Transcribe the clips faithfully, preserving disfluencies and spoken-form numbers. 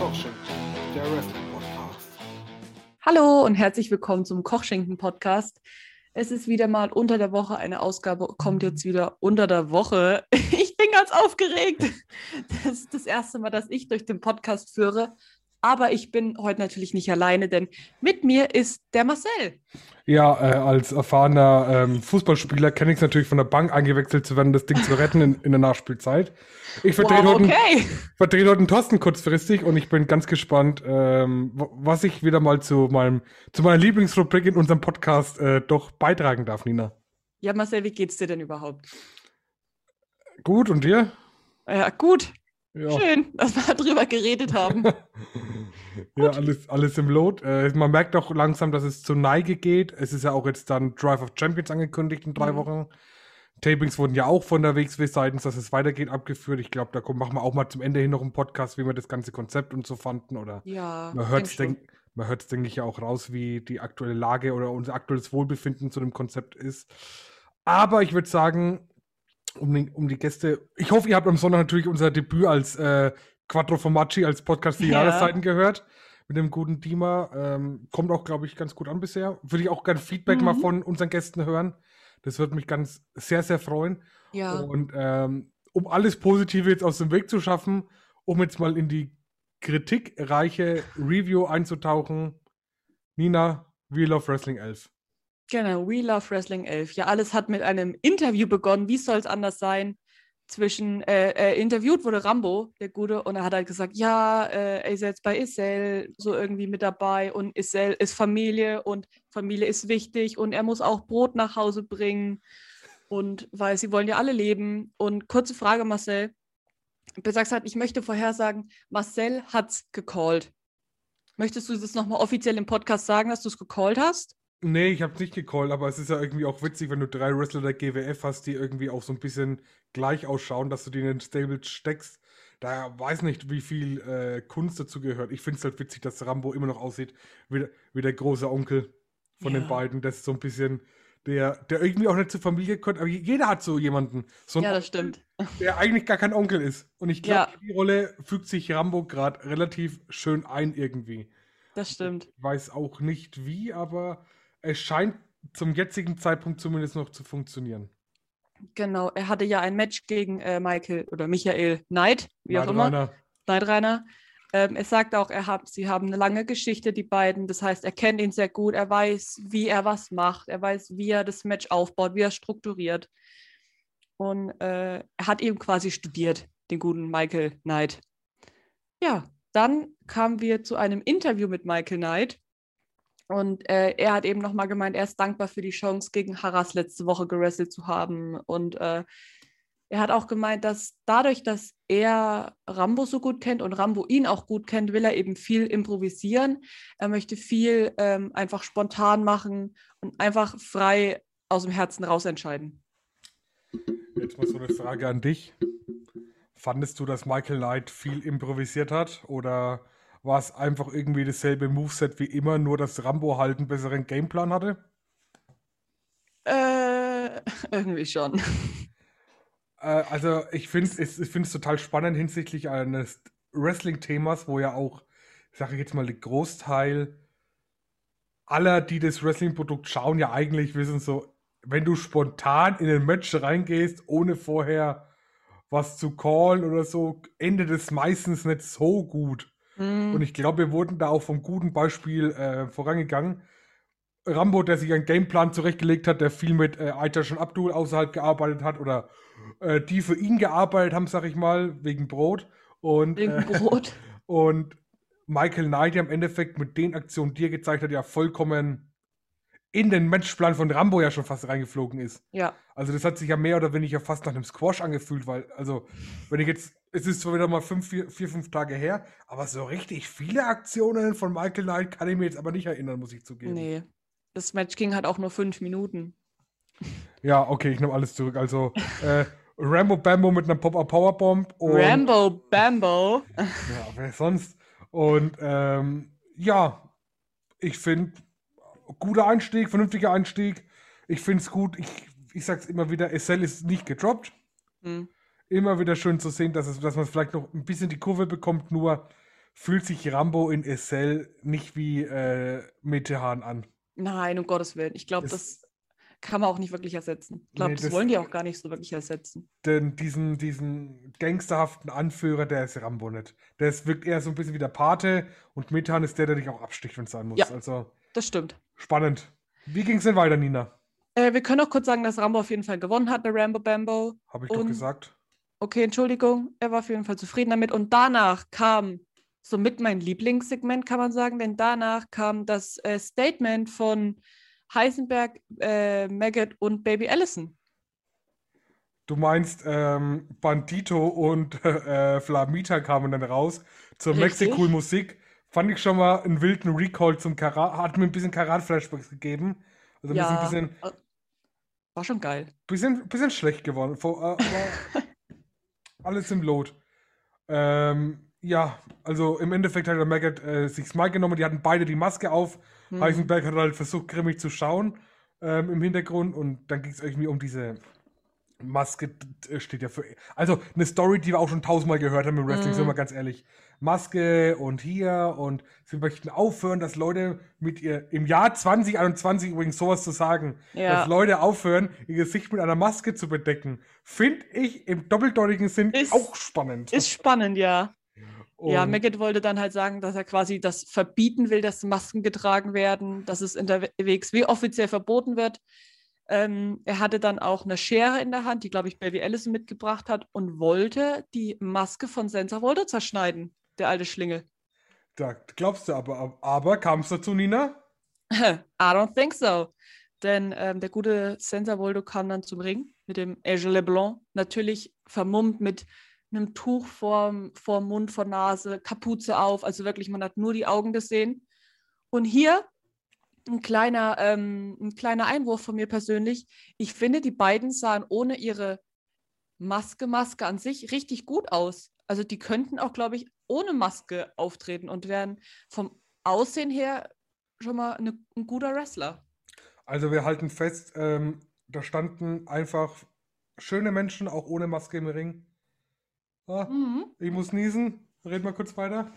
Kochschinken, der Wrestling-Podcast. Hallo und herzlich willkommen zum Kochschinken-Podcast. Es ist wieder mal unter der Woche, eine Ausgabe kommt jetzt wieder unter der Woche. Ich bin ganz aufgeregt. Das ist das erste Mal, dass ich durch den Podcast führe. Aber ich bin heute natürlich nicht alleine, denn mit mir ist der Marcel. Ja, äh, als erfahrener ähm, Fußballspieler kenne ich es natürlich von der Bank eingewechselt zu werden, das Ding zu retten in, in der Nachspielzeit. Ich vertrete Wow, heute, okay. vertrete heute einen Thorsten kurzfristig und ich bin ganz gespannt, ähm, w- was ich wieder mal zu meinem zu meiner Lieblingsrubrik in unserem Podcast äh, doch beitragen darf, Nina. Ja, Marcel, wie geht's dir denn überhaupt? Gut, und dir? Ja, gut. Ja. Schön, dass wir drüber geredet haben. Ja, alles, alles im Lot. Äh, man merkt auch langsam, dass es zur Neige geht. Es ist ja auch jetzt dann Drive of Champions angekündigt in drei Mhm. Wochen. Tapings wurden ja auch von der W X W seitens, dass es weitergeht, abgeführt. Ich glaube, da kommen, machen wir auch mal zum Ende hin noch einen Podcast, wie wir das ganze Konzept und so fanden. Oder Ja, man hört es, denk schon. denk, man hört's, denke ich, ja auch raus, wie die aktuelle Lage oder unser aktuelles Wohlbefinden zu dem Konzept ist. Aber ich würde sagen, um die, um die Gäste, ich hoffe, ihr habt am Sonntag natürlich unser Debüt als äh, Quattro Formaggi, als Podcast für Ja. Jahreszeiten gehört. Mit dem guten Dima. Ähm, kommt auch, glaube ich, ganz gut an bisher. Würde ich auch gerne Feedback Mhm. mal von unseren Gästen hören. Das würde mich ganz sehr, sehr freuen. Ja. Und ähm, um alles Positive jetzt aus dem Weg zu schaffen, um jetzt mal in die kritikreiche Review einzutauchen. Nina, We Love Wrestling elf. Genau, We Love Wrestling elf. Ja, alles hat mit einem Interview begonnen. Wie soll es anders sein? Zwischen, äh, äh, interviewt wurde Rambo, der Gute, und er hat halt gesagt, ja, äh, er ist jetzt bei Isel so irgendwie mit dabei und Isel ist Familie und Familie ist wichtig und er muss auch Brot nach Hause bringen und weil sie wollen ja alle leben. Und kurze Frage, Marcel. Du sagst halt, ich möchte vorhersagen, Marcel hat's gecallt. Möchtest du das nochmal offiziell im Podcast sagen, dass du es gecallt hast? Nee, ich hab's nicht gecallt, aber es ist ja irgendwie auch witzig, wenn du drei Wrestler der G W F hast, die irgendwie auch so ein bisschen gleich ausschauen, dass du die in den Stable steckst. Da weiß nicht, wie viel äh, Kunst dazu gehört. Ich find's halt witzig, dass Rambo immer noch aussieht wie, der- wie der große Onkel von Ja. den beiden. Das ist so ein bisschen der, der irgendwie auch nicht zur Familie gehört, aber jeder hat so jemanden. So einen Ja, das Onkel, stimmt. der eigentlich gar kein Onkel ist. Und ich glaube, Ja. in die Rolle fügt sich Rambo gerade relativ schön ein irgendwie. Das stimmt. Ich weiß auch nicht wie, aber es scheint zum jetzigen Zeitpunkt zumindest noch zu funktionieren. Genau, er hatte ja ein Match gegen äh, Michael oder Michael Knight, wie auch Nein, immer. Rainer, Knight Rainer. Ähm, er sagt auch, er hat, sie haben eine lange Geschichte, die beiden. Das heißt, er kennt ihn sehr gut, er weiß, wie er was macht, er weiß, wie er das Match aufbaut, wie er strukturiert. Und äh, er hat eben quasi studiert, den guten Michael Knight. Ja, dann kamen wir zu einem Interview mit Michael Knight. Und äh, er hat eben nochmal gemeint, er ist dankbar für die Chance, gegen Harras letzte Woche gewrestelt zu haben. Und äh, er hat auch gemeint, dass dadurch, dass er Rambo so gut kennt und Rambo ihn auch gut kennt, will er eben viel improvisieren. Er möchte viel ähm, einfach spontan machen und einfach frei aus dem Herzen raus entscheiden. jetzt mal so eine Frage an dich. Fandest du, dass Michael Knight viel improvisiert hat? Oder war es einfach irgendwie dasselbe Moveset wie immer, nur dass Rambo halt einen besseren Gameplan hatte? Äh, irgendwie schon. Äh, also ich finde es ich find's total spannend hinsichtlich eines Wrestling-Themas, wo ja auch, sage ich jetzt mal, der Großteil aller, die das Wrestling-Produkt schauen, ja eigentlich wissen so, wenn du spontan in ein Match reingehst, ohne vorher was zu callen oder so, endet es meistens nicht so gut. Und Mm, ich glaube, wir wurden da auch vom guten Beispiel äh, vorangegangen. Rambo, der sich einen Gameplan zurechtgelegt hat, der viel mit äh, Aytash und Abdul außerhalb gearbeitet hat oder äh, die für ihn gearbeitet haben, sag ich mal, wegen Brot. Und, wegen äh, Brot. und Michael Knight ja im Endeffekt mit den Aktionen, die er gezeigt hat, ja vollkommen in den Matchplan von Rambo ja schon fast reingeflogen ist. Ja. Also das hat sich ja mehr oder weniger fast nach einem Squash angefühlt, weil, also, wenn ich jetzt, es ist zwar wieder mal fünf, vier, vier, fünf Tage her, aber so richtig viele Aktionen von Michael Knight kann ich mir jetzt aber nicht erinnern, muss ich zugeben. Nee. Das Match ging halt auch nur fünf Minuten. Ja, okay, ich nehme alles zurück. Also, äh, Rambo Bambo mit einer Pop-Up Powerbomb und Rambo Bambo. ja, wer sonst? Und ähm, ja, ich finde, guter Einstieg, vernünftiger Einstieg. Ich finde es gut. Ich, ich sag's immer wieder, Essel ist nicht gedroppt. Hm. Immer wieder schön zu sehen, dass, es, dass man vielleicht noch ein bisschen die Kurve bekommt. Nur fühlt sich Rambo in Essel nicht wie äh, Metehan an. Nein, um Gottes Willen. Ich glaube, Das- das kann man auch nicht wirklich ersetzen. Ich glaube, Nee, das, das- wollen die auch gar nicht so wirklich ersetzen. Denn diesen, diesen gangsterhaften Anführer, der ist Rambo nicht. Der ist, wirkt eher so ein bisschen wie der Pate und Metehan ist der, der dich auch absticht, wenn es sein muss. Ja. Also Das stimmt. spannend. Wie ging es denn weiter, Nina? Äh, wir können auch kurz sagen, dass Rambo auf jeden Fall gewonnen hat bei Rambo Bambo. Habe ich doch Und- gesagt. Okay, Entschuldigung, er war auf jeden Fall zufrieden damit. Und danach kam somit mein Lieblingssegment, kann man sagen, denn danach kam das äh, Statement von Heisenberg, äh, Maggot und Baby Allison. Du meinst, ähm, Bandito und äh, Flamita kamen dann raus zur Richtig. Mexiko-Musik. Fand ich schon mal einen wilden Recall zum Karat. Hat mir ein bisschen Karat-Flashbacks gegeben. Also mir ist ein bisschen, äh, war schon geil. bisschen, bisschen schlecht geworden. Vor, äh, aber alles im Lot. Ähm, ja, also im Endeffekt hat der Maggot äh, sich Smile genommen. Die hatten beide die Maske auf. Hm. Heisenberg hat halt versucht, grimmig zu schauen ähm, im Hintergrund. Und dann ging es irgendwie um diese Maske, äh, steht ja für. Also eine Story, die wir auch schon tausendmal gehört haben im Wrestling, Mhm. sind wir ganz ehrlich. Maske und hier und sie möchten aufhören, dass Leute mit ihr im Jahr zwanzig einundzwanzig übrigens sowas zu sagen, Ja. dass Leute aufhören, ihr Gesicht mit einer Maske zu bedecken, finde ich im doppeldeutigen Sinn Ist- auch spannend. Ist spannend, ja. Ja, Und- Maggot wollte dann halt sagen, dass er quasi das verbieten will, dass Masken getragen werden, dass es in der W X W offiziell verboten wird. Ähm, er hatte dann auch eine Schere in der Hand, die, glaube ich, Baby Allison mitgebracht hat und wollte die Maske von Sensor Volta zerschneiden, der alte Schlingel. Da glaubst du aber, aber kam es dazu, Nina? I don't think so. Denn ähm, der gute Sensor Volta kam dann zum Ring mit dem Aigle Leblanc, natürlich vermummt mit einem Tuch vorm, vorm Mund, vor Nase, Kapuze auf, also wirklich, man hat nur die Augen gesehen. Und hier ein kleiner, ähm, ein kleiner Einwurf von mir persönlich. Ich finde, die beiden sahen ohne ihre Maske, Maske an sich richtig gut aus. Also die könnten auch, glaube ich, ohne Maske auftreten und wären vom Aussehen her schon mal eine, ein guter Wrestler. Also wir halten fest, ähm, da standen einfach schöne Menschen, auch ohne Maske im Ring. Ah, Mhm. ich muss niesen. Red mal kurz weiter.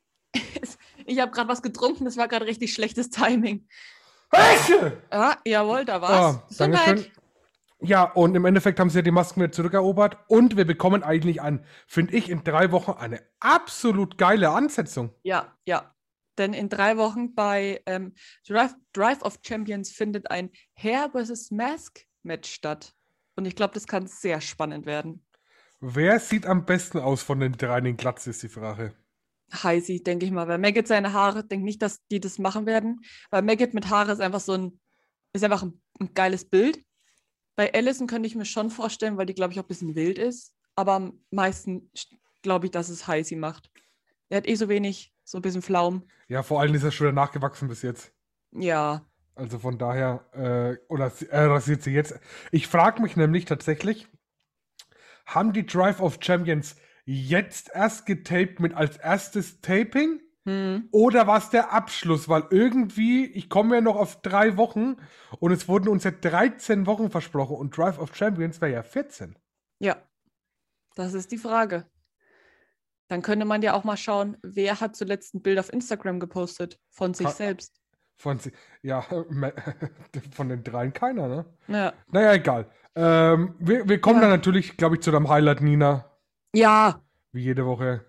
Ich habe gerade was getrunken, das war gerade richtig schlechtes Timing. Welche? Ah, jawohl, da war's. Ah, Gesundheit. Dankeschön. Ja, und im Endeffekt haben sie ja die Masken wieder zurückerobert und wir bekommen eigentlich an, finde ich, in drei Wochen eine absolut geile Ansetzung. Ja, ja. Denn in drei Wochen bei ähm, Drive, Drive of Champions findet ein Hair versus Mask Match statt. Und ich glaube, das kann sehr spannend werden. Wer sieht am besten aus von den dreien in Glatze, ist die Frage. Heisi, denke ich mal. Weil Maggot seine Haare, denke nicht, dass die das machen werden. Weil Maggot mit Haare ist einfach so ein, ist einfach ein, ein geiles Bild. Bei Allison könnte ich mir schon vorstellen, weil die, glaube ich, auch ein bisschen wild ist. Aber am meisten glaube ich, dass es Heisi macht. Er hat eh so wenig, so ein bisschen Flaum. Ja, vor allem ist er schon wieder nachgewachsen bis jetzt. Ja. Also von daher, äh, oder äh, rasiert sie jetzt. Ich frage mich nämlich tatsächlich, haben die Drive of Champions jetzt erst getaped mit als erstes Taping? Hm. Oder war es der Abschluss? Weil irgendwie, ich komme ja noch auf drei Wochen und es wurden uns ja dreizehn Wochen versprochen und Drive of Champions wäre ja vierzehn. Ja, das ist die Frage. Dann könnte man ja auch mal schauen, wer hat zuletzt ein Bild auf Instagram gepostet von sich Ka- selbst. Von, sie- ja, von den dreien keiner, ne? Ja, Naja, egal. Ähm, wir, wir kommen Ja. dann natürlich, glaube ich, zu deinem Highlight, Nina. ja Wie jede Woche.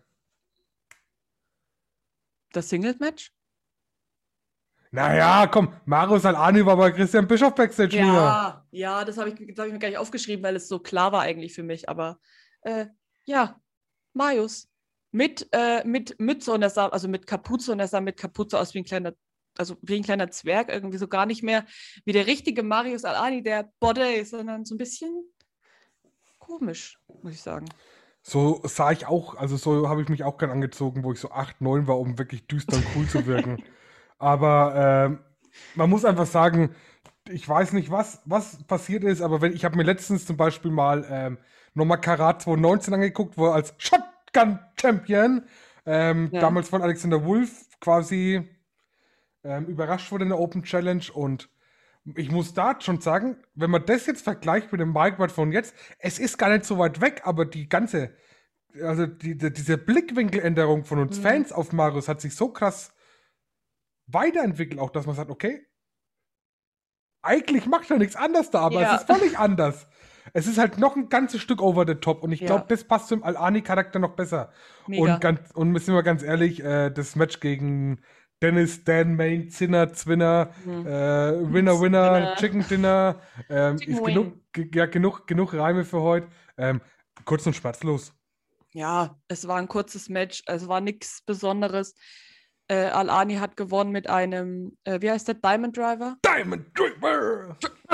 das Singles-Match? Naja, komm, Marius Al-Ani war bei Christian Bischof Backstage, Nina. Ja, ja, das habe ich, das hab ich mir gar nicht aufgeschrieben, weil es so klar war eigentlich für mich. Aber äh, ja, Marius. Mit, äh, mit Mütze und er sah, also mit Kapuze und er sah mit Kapuze aus wie ein kleiner, also wie ein kleiner Zwerg, irgendwie so gar nicht mehr wie der richtige Marius Al-Ani, der Body, sondern so ein bisschen komisch, muss ich sagen. So sah ich auch, also so habe ich mich auch gern angezogen, wo ich so acht, neun war, um wirklich düster und cool zu wirken. Aber ähm, man muss einfach sagen, ich weiß nicht, was, was passiert ist, aber wenn, ich habe mir letztens zum Beispiel mal ähm, nochmal Karat zwanzig neunzehn angeguckt, wo er als Shotgun-Champion ähm, Ja. damals von Alexander Wolf quasi ähm, überrascht wurde in der Open Challenge und ich muss da schon sagen, wenn man das jetzt vergleicht mit dem Mike Ward von jetzt, es ist gar nicht so weit weg, aber die ganze also die, die, diese Blickwinkeländerung von uns Mhm. Fans auf Marius hat sich so krass weiterentwickelt, auch dass man sagt, okay, eigentlich macht er nichts anders da, aber Ja. es ist völlig anders. Es ist halt noch ein ganzes Stück over the top und ich Ja. glaube, das passt zum Al-Ani-Charakter noch besser. Mega. Und, ganz, und sind wir ganz ehrlich, äh, das Match gegen Dennis, Dan, Main, Zinner, Zwinner, Mhm. äh, Winner, Winner, Winner. Chicken Dinner, ähm, Chicken ist Wing. genug, ge- ja, genug, genug Reime für heute. Ähm, kurz und schmerzlos. Ja, es war ein kurzes Match, es war nichts Besonderes. Äh, Al-Ani hat gewonnen mit einem, äh, wie heißt der, Diamond Driver? Diamond Driver!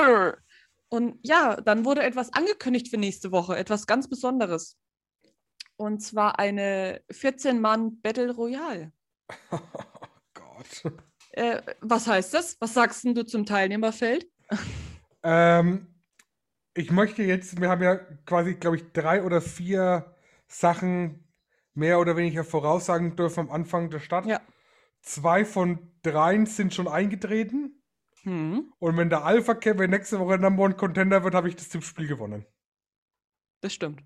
Und ja, dann wurde etwas angekündigt für nächste Woche, etwas ganz Besonderes. Und zwar eine vierzehn Mann Battle Royale. Oh Gott. Äh, was heißt das? Was sagst denn du zum Teilnehmerfeld? Ähm, ich möchte jetzt, wir haben ja quasi, glaube ich, drei oder vier Sachen mehr oder weniger voraussagen dürfen am Anfang der Stadt. Ja. Zwei von dreien sind schon eingetreten. Hm, Und wenn der Alpha Kevin nächste Woche Number One Contender wird, habe ich das Tippspiel gewonnen. das stimmt.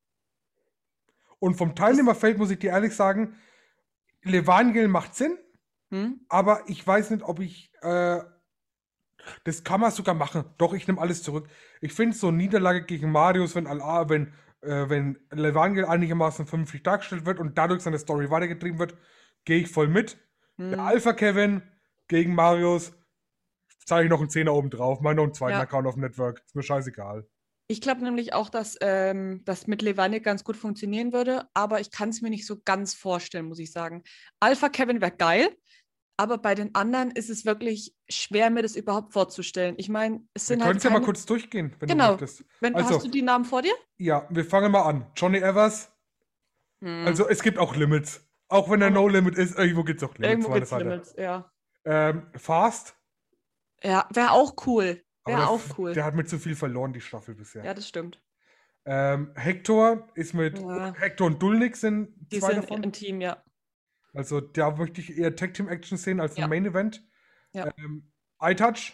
Und vom Teilnehmerfeld muss ich dir ehrlich sagen, Levangel macht Sinn, Hm? aber ich weiß nicht, ob ich. Äh, das kann man sogar machen. Doch, ich nehme alles zurück. Ich finde so Niederlage gegen Marius, wenn Al wenn, äh, wenn Levangel einigermaßen vernünftig dargestellt wird und dadurch seine Story weitergetrieben wird, gehe ich voll mit. Der Hm. Alpha Kevin gegen Marius, zeige ich noch einen Zehner oben drauf, mal noch einen zweiten Ja. Account auf dem Network. Ist mir scheißegal. Ich glaube nämlich auch, dass ähm, das mit Levanik ganz gut funktionieren würde, aber ich kann es mir nicht so ganz vorstellen, muss ich sagen. Alpha Kevin wäre geil, aber bei den anderen ist es wirklich schwer, mir das überhaupt vorzustellen. Ich meine, es Wir sind können halt es ja mal keine... kurz durchgehen, wenn du Genau. möchtest. Wenn, Also- hast du die Namen vor dir? Ja, wir fangen mal an. Johnny Evers. Hm. Also es gibt auch Limits. Auch wenn er Aber- No Limit ist, irgendwo gibt es auch Limits. Irgendwo meiner gibt es Seite. Limits, ja. Ähm, Fast. Ja, wäre auch cool. aber Wäre der, auch cool. Der hat mit zu viel verloren, die Staffel bisher. Ja, das stimmt. Ähm, Hector ist mit. Ja. Hector und Dulnik sind Die zwei sind davon. ein Team, ja. Also da möchte ich eher Tag Team Action sehen als Ja. ein Main Event. Ja. Ähm, iTouch.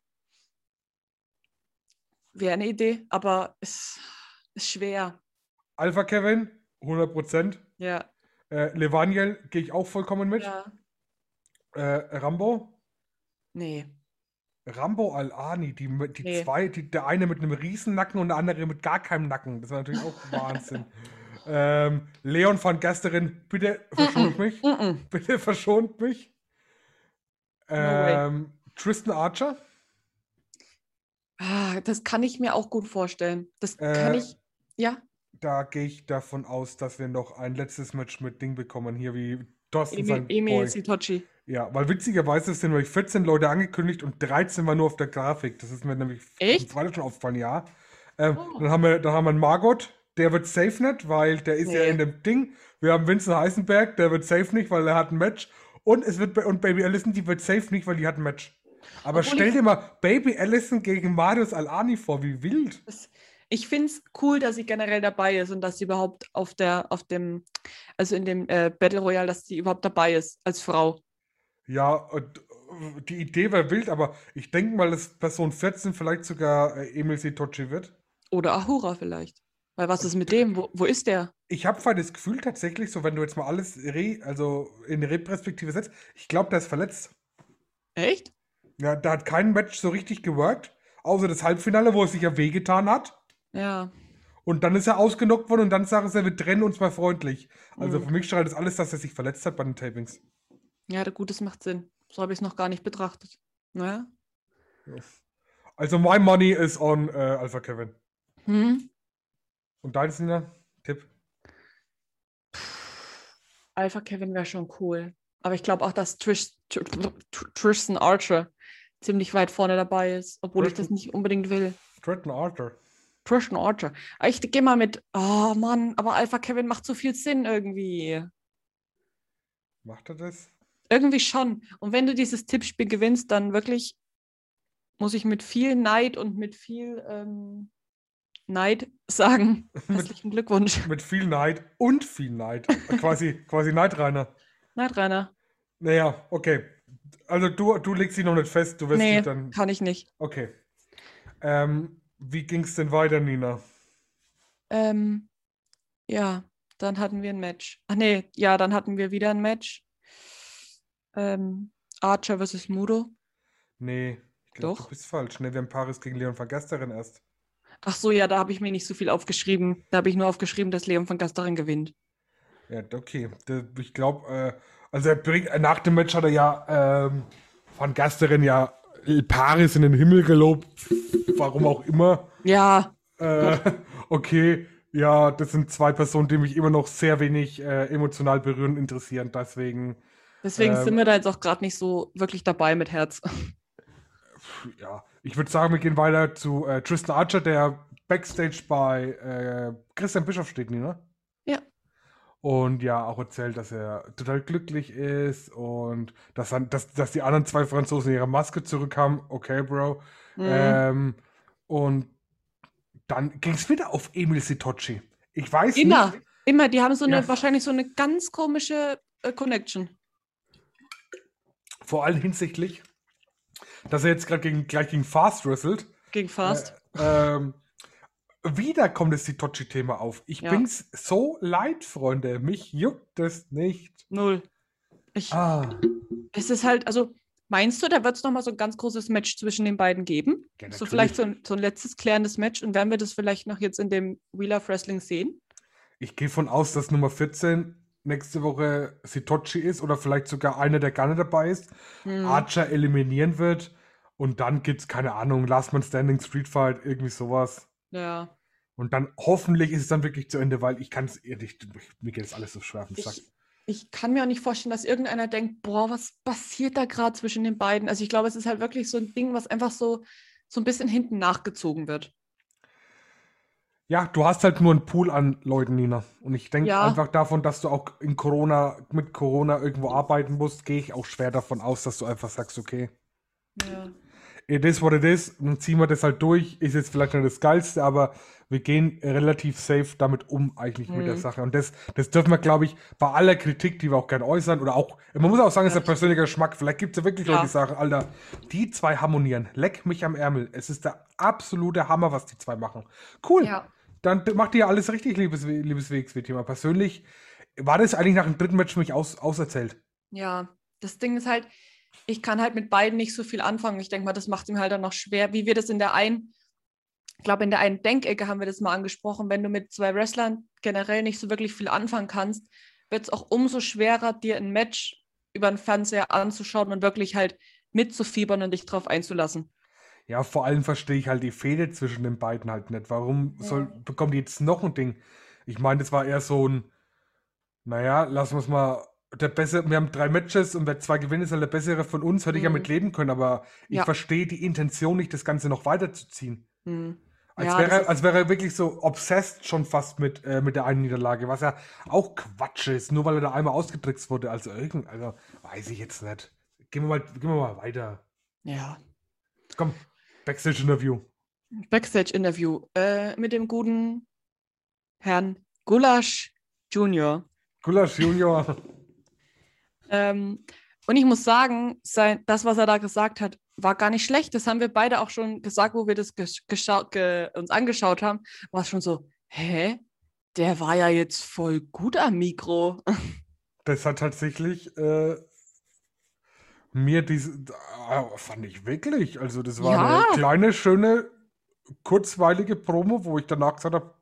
Wäre eine Idee, aber es ist schwer. Alpha Kevin. hundert Prozent. Ja. Äh, Levaniel gehe ich auch vollkommen mit. Ja. Äh, Rambo. Nee. Rambo Al-Ani, die, die Nee. zwei, die, der eine mit einem Riesennacken und der andere mit gar keinem Nacken. Das war natürlich auch Wahnsinn. ähm, Leon van Gasterin, bitte verschont mich. Mm-mm. Bitte verschont mich. way. Ähm, Tristan Archer. Ah, das kann ich mir auch gut vorstellen. Das kann Äh, ich. Ja, Da gehe ich davon aus, dass wir noch ein letztes Match mit Ding bekommen, hier wie Thorsten Emil, sein Emil Boy. Sitochi. Ja, weil witzigerweise sind nämlich vierzehn Leute angekündigt und dreizehn war nur auf der Grafik. Das ist mir nämlich Echt? am Freitag schon aufgefallen, ja. Ähm, Oh. Dann haben wir, dann haben wir einen Margot, der wird safe nicht, weil der ist ja Nee. in dem Ding. Wir haben Vincent Heisenberg, der wird safe nicht, weil er hat ein Match. Und es wird und Baby Allison, die wird safe nicht, weil die hat ein Match. Aber Obwohl stell ich- dir mal Baby Allison gegen Marius Al-Ani vor, wie wild. Das, ich finde es cool, dass sie generell dabei ist und dass sie überhaupt auf der, auf dem, also in dem äh, Battle Royale, dass sie überhaupt dabei ist als Frau. Ja, und, äh, die Idee wäre wild, aber ich denke mal, dass Person vierzehn vielleicht sogar äh, Emil Sitochi wird. Oder Ahura vielleicht. Weil was ist mit dem? Wo, wo ist der? Ich habe zwar das Gefühl tatsächlich, so wenn du jetzt mal alles re, also in Reperspektive setzt, ich glaube, der ist verletzt. Echt? Ja, da hat kein Match so richtig geworkt, außer das Halbfinale, wo er sich ja wehgetan hat. Ja. Und dann ist er ausgenockt worden und dann sagen sie, wir trennen uns mal freundlich. Also Mhm. für mich strahlt das alles, dass er sich verletzt hat bei den Tapings. Ja, der Gutes macht Sinn. So habe ich es noch gar nicht betrachtet. Naja. Also my money is on äh, Alpha Kevin. Hm? Und dein Sina? Tipp? Alpha Kevin wäre schon cool. Aber ich glaube auch, dass Trish, Tr- Tr- Tristan Archer ziemlich weit vorne dabei ist, obwohl ich das Tristan- nicht unbedingt will. Tristan Arthur. Tristan Archer. Aber ich gehe mal mit, oh Mann, aber Alpha Kevin macht so viel Sinn irgendwie. Macht er das? Irgendwie schon. Und wenn du dieses Tippspiel gewinnst, dann wirklich muss ich mit viel Neid und mit viel ähm, Neid sagen, herzlichen Glückwunsch. Mit viel Neid und viel Neid. Äh, quasi, quasi Neidreiner. Neid, Rainer. Naja, okay. Also du, du legst sie noch nicht fest, du wirst Nee, dich dann. kann ich nicht. Okay. Ähm, wie ging es denn weiter, Nina? Ähm, ja, Dann hatten wir ein Match. Ach nee, ja, dann hatten wir wieder ein Match. Ähm, Archer versus Mudo. Nee, ich glaube, du Doch. bist falsch. Nee, wir haben Paris gegen Leon van Gasteren erst. Ach so, ja, da habe ich mir nicht so viel aufgeschrieben. Da habe ich nur aufgeschrieben, dass Leon van Gasteren gewinnt. Ja, okay. Da- Ich glaube, äh, also er bringt, äh, nach dem Match hat er ja ähm, Van Gasteren ja Paris in den Himmel gelobt. Warum auch immer. Ja, Äh, okay, ja, das sind zwei Personen, die mich immer noch sehr wenig äh, emotional berühren und interessieren. Deswegen, deswegen sind ähm, wir da jetzt auch gerade nicht so wirklich dabei mit Herz. ja, ich würde sagen, wir gehen weiter zu äh, Tristan Archer, der Backstage bei äh, Christian Bischoff steht, ne? Ja. Und ja, auch erzählt, dass er total glücklich ist und dass, dann, dass, dass die anderen zwei Franzosen ihre Maske zurückhaben. Okay, Bro. Mhm. Ähm, und dann ging es wieder auf Emil Sitoci. Ich weiß Immer, nicht. immer. Die haben so eine, Ja. wahrscheinlich so eine ganz komische äh, Connection. Vor allem hinsichtlich, dass er jetzt gerade gegen, gleich gegen Fast wrestelt. Gegen Fast. Äh, ähm, wieder kommt das Sitoci-Thema auf. Ich Ja. bin's so leid, Freunde. Mich juckt es nicht. Null. Ich, Ah. Es ist halt, also meinst du, da wird es nochmal so ein ganz großes Match zwischen den beiden geben? Ja, So natürlich. vielleicht so ein, so ein letztes klärendes Match und werden wir das vielleicht noch jetzt in dem Wheel of Wrestling sehen? Ich gehe von aus, dass Nummer vierzehn nächste Woche Sitoci ist oder vielleicht sogar einer, der gar nicht dabei ist, Hm. Archer eliminieren wird und dann gibt's, keine Ahnung, Last Man Standing, Street Fight, irgendwie sowas. Ja. Und dann hoffentlich ist es dann wirklich zu Ende, weil ich kann es, ich, mir geht das alles so schwer auf den Sack. Ich, ich kann mir auch nicht vorstellen, dass irgendeiner denkt, boah, was passiert da gerade zwischen den beiden? Also ich glaube, es ist halt wirklich so ein Ding, was einfach so, so ein bisschen hinten nachgezogen wird. Ja, du hast halt nur einen Pool an Leuten, Nina. Und ich denke Ja. einfach davon, dass du auch in Corona, mit Corona irgendwo arbeiten musst, gehe ich auch schwer davon aus, dass du einfach sagst, okay, Ja. it is what it is, dann ziehen wir das halt durch. Ist jetzt vielleicht nicht das Geilste, aber wir gehen relativ safe damit um, eigentlich mit der Mhm. Sache. Und das, das dürfen wir, glaube ich, bei aller Kritik, die wir auch gerne äußern, oder auch, man muss auch sagen, es ist Ja. ein persönlicher Geschmack. Vielleicht gibt es ja wirklich Ja. Leute, die sagen, Alter, die zwei harmonieren. Leck mich am Ärmel. Es ist der absolute Hammer, was die zwei machen. Cool. Ja. Dann macht ihr ja alles richtig, liebes, liebes W X W-Thema. Persönlich war das eigentlich nach dem dritten Match für mich aus, auserzählt. Ja, das Ding ist halt, ich kann halt mit beiden nicht so viel anfangen. Ich denke mal, das macht ihm halt dann noch schwer, wie wir das in der einen, ich glaube, in der einen Denkecke haben wir das mal angesprochen, wenn du mit zwei Wrestlern generell nicht so wirklich viel anfangen kannst, wird es auch umso schwerer, dir ein Match über den Fernseher anzuschauen und wirklich halt mitzufiebern und dich drauf einzulassen. Ja, vor allem verstehe ich halt die Fehde zwischen den beiden halt nicht. Warum Ja. soll, bekommen die jetzt noch ein Ding? Ich meine, das war eher so ein, naja, lassen wir es mal, der bessere, wir haben drei Matches und wer zwei gewinnt, ist halt der bessere von uns, hätte ich ja Mhm. mit leben können, aber ich Ja. verstehe die Intention nicht, das Ganze noch weiterzuziehen. Hm. Als, Ja, wäre, das er- ist- als wäre er wirklich so obsessed schon fast mit, äh, mit der einen Niederlage, was ja auch Quatsch ist, nur weil er da einmal ausgetrickst wurde. Also irgend, also weiß ich jetzt nicht. Gehen wir mal, gehen wir mal weiter. Ja. Komm, Backstage-Interview. Backstage-Interview äh, mit dem guten Herrn Gulasch Junior Gulasch Junior. Ähm, und ich muss sagen, sein, das, was er da gesagt hat, war gar nicht schlecht. Das haben wir beide auch schon gesagt, wo wir das gesch- geschau- ge uns angeschaut haben. War es schon so, hä? Der war ja jetzt voll gut am Mikro. Das hat tatsächlich äh, mir diese, äh, fand ich wirklich. Also das war Ja. eine kleine, schöne, kurzweilige Promo, wo ich danach gesagt habe,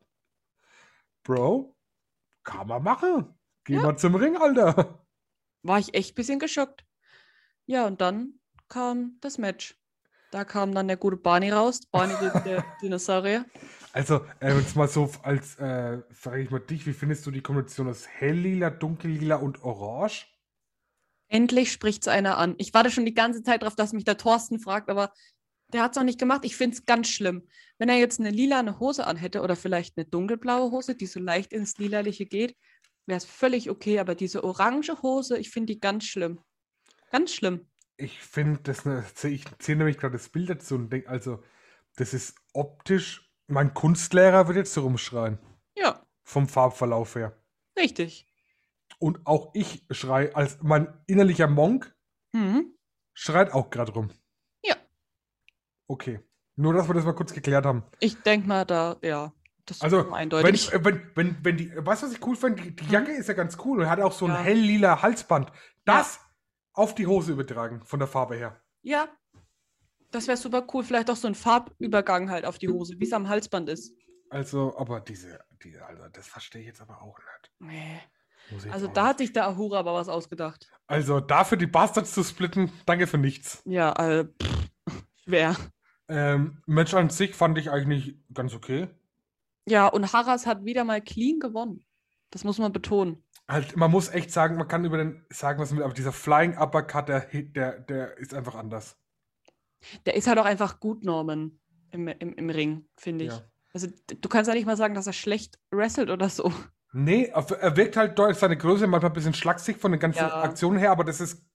Bro, kann man machen. Geh Ja. mal zum Ring, Alter. War ich echt ein bisschen geschockt. Ja, und dann kam das Match. Da kam dann der gute Barney raus. Barney, der, der Dinosaurier. Also, äh, jetzt mal so als, äh, frage ich mal dich, wie findest du die Kombination aus Helllila, Dunkellila und Orange? Endlich spricht es einer an. Ich warte schon die ganze Zeit darauf, dass mich der Thorsten fragt, aber der hat es noch nicht gemacht. Ich finde es ganz schlimm. Wenn er jetzt eine lilane Hose anhätte oder vielleicht eine dunkelblaue Hose, die so leicht ins Lilaliche geht, wäre es völlig okay. Aber diese orange Hose, ich finde die ganz schlimm. Ganz schlimm. Ich finde, das ne, ich zähle nämlich gerade das Bild dazu und denke, also, das ist optisch, mein Kunstlehrer wird jetzt so rumschreien. Ja, Vom Farbverlauf her. richtig. Und auch ich schrei, als mein innerlicher Monk Mhm. schreit auch gerade rum. Ja. Okay. Nur, dass wir das mal kurz geklärt haben. Ich denke mal, da, ja, Das ist Also, wenn, eindeutig. wenn, wenn, wenn die, weißt du, was ich cool finde? Die, die Jacke ist ja ganz cool und hat auch so ein Ja. hell-lila Halsband. Das auf die Hose übertragen, von der Farbe her. Ja, das wäre super cool. Vielleicht auch so ein Farbübergang halt auf die Hose, wie es am Halsband ist. Also, aber diese, diese also das verstehe ich jetzt aber auch nicht. Nee. Muss ich jetzt Also auch da nicht. hat sich der Ahura aber was ausgedacht. Also, dafür die Bastards zu splitten, danke für nichts. Ja, äh, pff, schwer. Ähm, Match an sich fand ich eigentlich ganz okay. Ja, und Harras hat wieder mal clean gewonnen. Das muss man betonen. Halt, man muss echt sagen, man kann über den sagen, was man will, aber dieser Flying Uppercut, der, der, der ist einfach anders. Der ist halt auch einfach gut, Norman, im, im, im Ring, finde ich. Ja. Also d- du kannst ja nicht mal sagen, dass er schlecht wrestelt oder so. Nee, er er wirkt halt durch seine Größe manchmal ein bisschen schlaksig von den ganzen Ja. Aktionen her, aber das ist,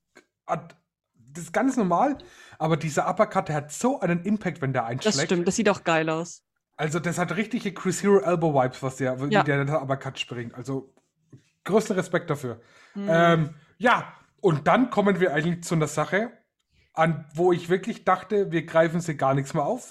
das ist ganz normal. Aber dieser Uppercut, der hat so einen Impact, wenn der einschlägt. Das stimmt, das sieht auch geil aus. Also das hat richtige Chris Hero Elbow Vibes, was der, wie Ja. der der Uppercut springt. Also größten Respekt dafür. Hm. Ähm, ja, und dann kommen wir eigentlich zu einer Sache, an wo ich wirklich dachte, wir greifen sie gar nichts mehr auf.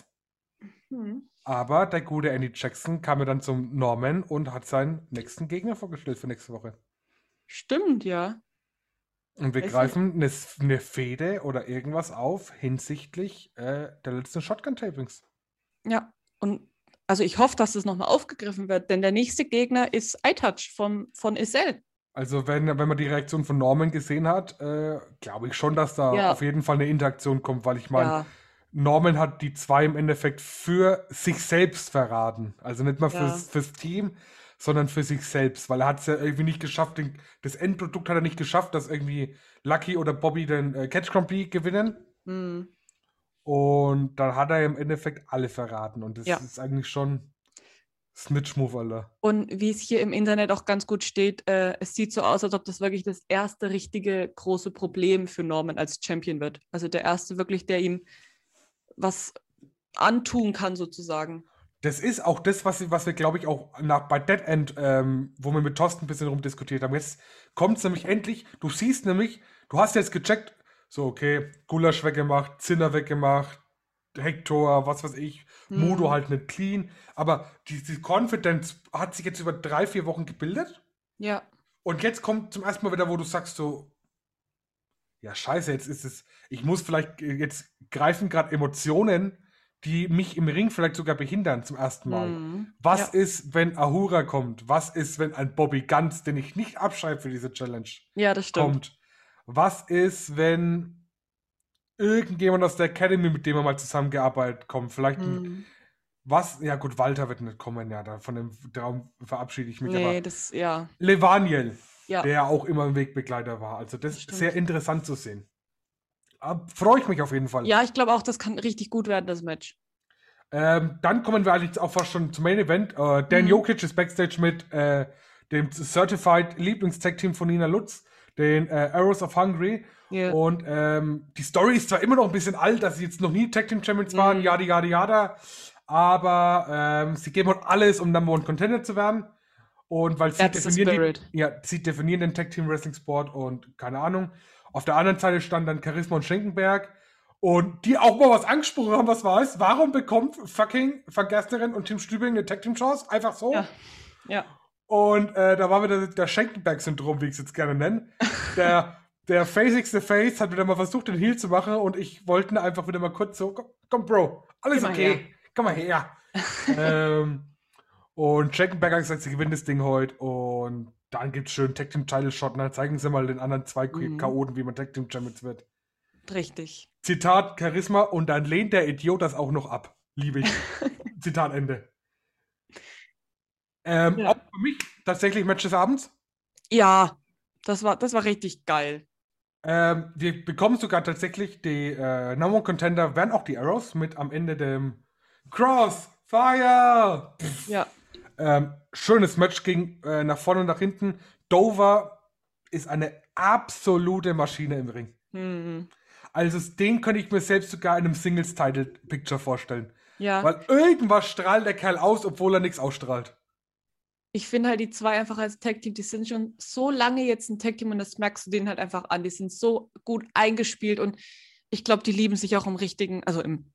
Hm. Aber der gute Andy Jackson kam ja dann zum Norman und hat seinen nächsten Gegner vorgestellt für nächste Woche. Stimmt, ja. Und wir Welche? greifen eine, eine Fehde oder irgendwas auf hinsichtlich äh, der letzten Shotgun-Tapings. Ja. Und also ich hoffe, dass das nochmal aufgegriffen wird, denn der nächste Gegner ist iTouch vom, von Isel. Also wenn, wenn man die Reaktion von Norman gesehen hat, äh, glaube ich schon, dass da Ja. auf jeden Fall eine Interaktion kommt, weil ich meine, Ja. Norman hat die zwei im Endeffekt für sich selbst verraten. Also nicht mal Ja. fürs, fürs Team, sondern für sich selbst, weil er hat es ja irgendwie nicht geschafft, den, das Endprodukt hat er nicht geschafft, dass irgendwie Lucky oder Bobby den äh, Catch Grand Prix gewinnen. Hm. Und dann hat er im Endeffekt alle verraten. Und das Ja. ist eigentlich schon Snitch-Move, Alter. Und wie es hier im Internet auch ganz gut steht, äh, es sieht so aus, als ob das wirklich das erste richtige große Problem für Norman als Champion wird. Also der erste wirklich, der ihm was antun kann, sozusagen. Das ist auch das, was, was wir, glaube ich, auch nach, bei Dead End, ähm, wo wir mit Thorsten ein bisschen rumdiskutiert haben. Jetzt kommt es nämlich endlich, du siehst nämlich, du hast jetzt gecheckt, so, okay, Gulasch weggemacht, Zinner weggemacht, Hector, was weiß ich, Hm. Mudo halt nicht clean, aber die, die Confidence hat sich jetzt über drei, vier Wochen gebildet Ja, und jetzt kommt zum ersten Mal wieder, wo du sagst so, ja scheiße, jetzt ist es, ich muss vielleicht, äh, jetzt greifen gerade Emotionen, die mich im Ring vielleicht sogar behindern zum ersten Mal. Hm. Was Ja. ist, wenn Ahura kommt? Was ist, wenn ein Bobby Guns, den ich nicht abschreibe für diese Challenge, Ja, das stimmt. kommt? Was ist, wenn irgendjemand aus der Academy, mit dem wir mal zusammengearbeitet, kommt? Vielleicht ein, Hm. was? Ja gut, Walter wird nicht kommen, ja, da, von dem Traum verabschiede ich mich. Nee, Aber das, ja. Levaniel, Ja, der auch immer ein Wegbegleiter war. Also das Das ist stimmt. sehr interessant zu sehen. Freue ich mich auf jeden Fall. ja, ich glaube auch, das kann richtig gut werden, das Match. Ähm, dann kommen wir eigentlich auch fast schon zum Main Event. Äh, Dan Mhm. Jokic ist Backstage mit äh, dem Certified Lieblingstag-Team von Nina Lutz, den äh, Arrows of Hungary. Ja. Und ähm, die Story ist zwar immer noch ein bisschen alt, dass sie jetzt noch nie Tag Team Champions waren, Mhm. yada yada yada, aber ähm, sie geben halt alles, um Number One Contender zu werden. Und weil sie That's the definieren, spirit. die, ja, sie definieren den Tag Team Wrestling Sport und keine Ahnung. Auf der anderen Seite stand dann Charisma und Schenkenberg. Und die auch mal was angesprochen haben, was war es? Warum bekommt fucking Van Gasteren und Tim Stübing eine Tag Team Chance? Einfach so. Ja. Ja. Und äh, da war wieder das Schenkenberg-Syndrom, wie ich es jetzt gerne nenne. Der, der Faceigste Face hat wieder mal versucht, den Heal zu machen und ich wollte ihn einfach wieder mal kurz so, komm, komm Bro, alles Geh mal okay, her. komm mal her. ähm, und Schenkenberg hat gesagt, sie gewinnt das Ding heute und dann gibt es schön Tag Team Title Shot und dann zeigen sie mal den anderen zwei Mhm. Chaoten, wie man Tag Team Champions wird. Richtig. Zitat Charisma und dann lehnt der Idiot das auch noch ab. Liebe ich. Zitat Ende. Ähm, Ja. Auch für mich tatsächlich Match des Abends. Ja, das war, das war richtig geil. Ähm, wir bekommen sogar tatsächlich die äh, Number One Contender, werden auch die Arrows mit am Ende dem Crossfire. Pff. Ja. Ähm, schönes Match ging äh, nach vorne und nach hinten. Dover ist eine absolute Maschine im Ring. Mhm. Also den könnte ich mir selbst sogar in einem Singles-Title-Picture vorstellen. Ja. Weil irgendwas strahlt der Kerl aus, obwohl er nichts ausstrahlt. Ich finde halt die zwei einfach als Tag-Team, die sind schon so lange jetzt ein Tag-Team und das merkst du denen halt einfach an. Die sind so gut eingespielt und ich glaube, die lieben sich auch im richtigen, also im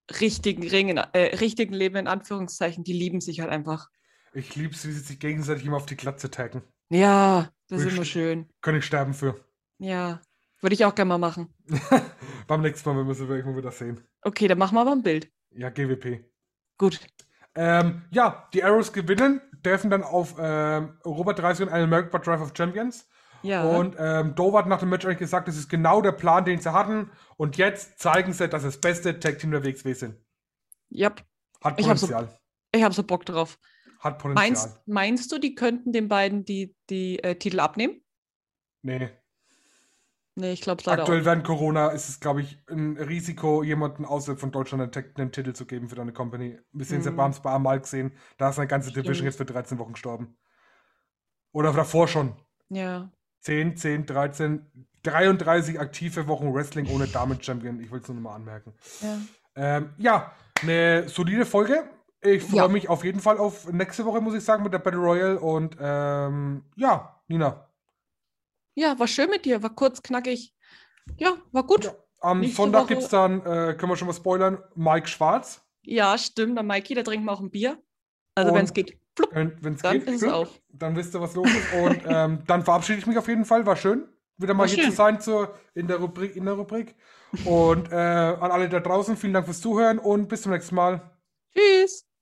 richtigen Ring, in, äh, richtigen Leben in Anführungszeichen, die lieben sich halt einfach. Ich liebe es, wie sie sich gegenseitig immer auf die Glatze taggen. Ja, das ist Würde immer ich- schön. Kann ich sterben für. Ja, würde ich auch gerne mal machen. Beim nächsten Mal, wenn wir sie wirklich mal wieder sehen. Okay, dann machen wir aber ein Bild. Ja, G W P. Gut. Ähm, ja, die Arrows gewinnen, dürfen dann auf ähm, Europa dreißig und einen American Drive of Champions. Ja. Und ähm, Dover hat nach dem Match eigentlich gesagt, das ist genau der Plan, den sie hatten. Und jetzt zeigen sie, dass sie das beste Tag-Team der W X W sind. Yep. Hat Ich hab so- Potenzial. Ich habe so Bock drauf. Hat Potenzial. Meinst, meinst du, die könnten den beiden die, die äh, Titel abnehmen? Nee. Nee, ich glaube es leider Aktuell auch. während Corona ist es, glaube ich, ein Risiko, jemanden außerhalb von Deutschland einen, Tag- einen Titel zu geben für deine Company. Wir sehen es ja Mhm. bei bei Amal gesehen. Da ist eine ganze Stimmt. Division jetzt für dreizehn Wochen gestorben. Oder davor schon. Ja. zehn, zehn, dreizehn, dreiunddreißig aktive Wochen Wrestling ohne Damen-Champion. Ich will es nur noch mal anmerken. Ja. Ähm, ja, eine solide Folge. Ich freue Ja. mich auf jeden Fall auf nächste Woche, muss ich sagen, mit der Battle Royale. Und ähm, ja, Nina. Ja, war schön mit dir, war kurz, knackig. Ja, war gut. Ja, Ja, am Nächste Sonntag Woche- gibt es dann, äh, können wir schon mal spoilern, Mike Schwarz. stimmt. Der Mikey, da trinken wir auch ein Bier. Also Und- wenn es geht. Flupp. Wenn es Dann geht, ist es gut, auf. dann wisst ihr, was los ist. Und ähm, dann verabschiede ich mich auf jeden Fall. War schön, wieder mal War hier schön. zu sein zur, in, der Rubrik, in der Rubrik. Und äh, an alle da draußen, vielen Dank fürs Zuhören und bis zum nächsten Mal. Tschüss.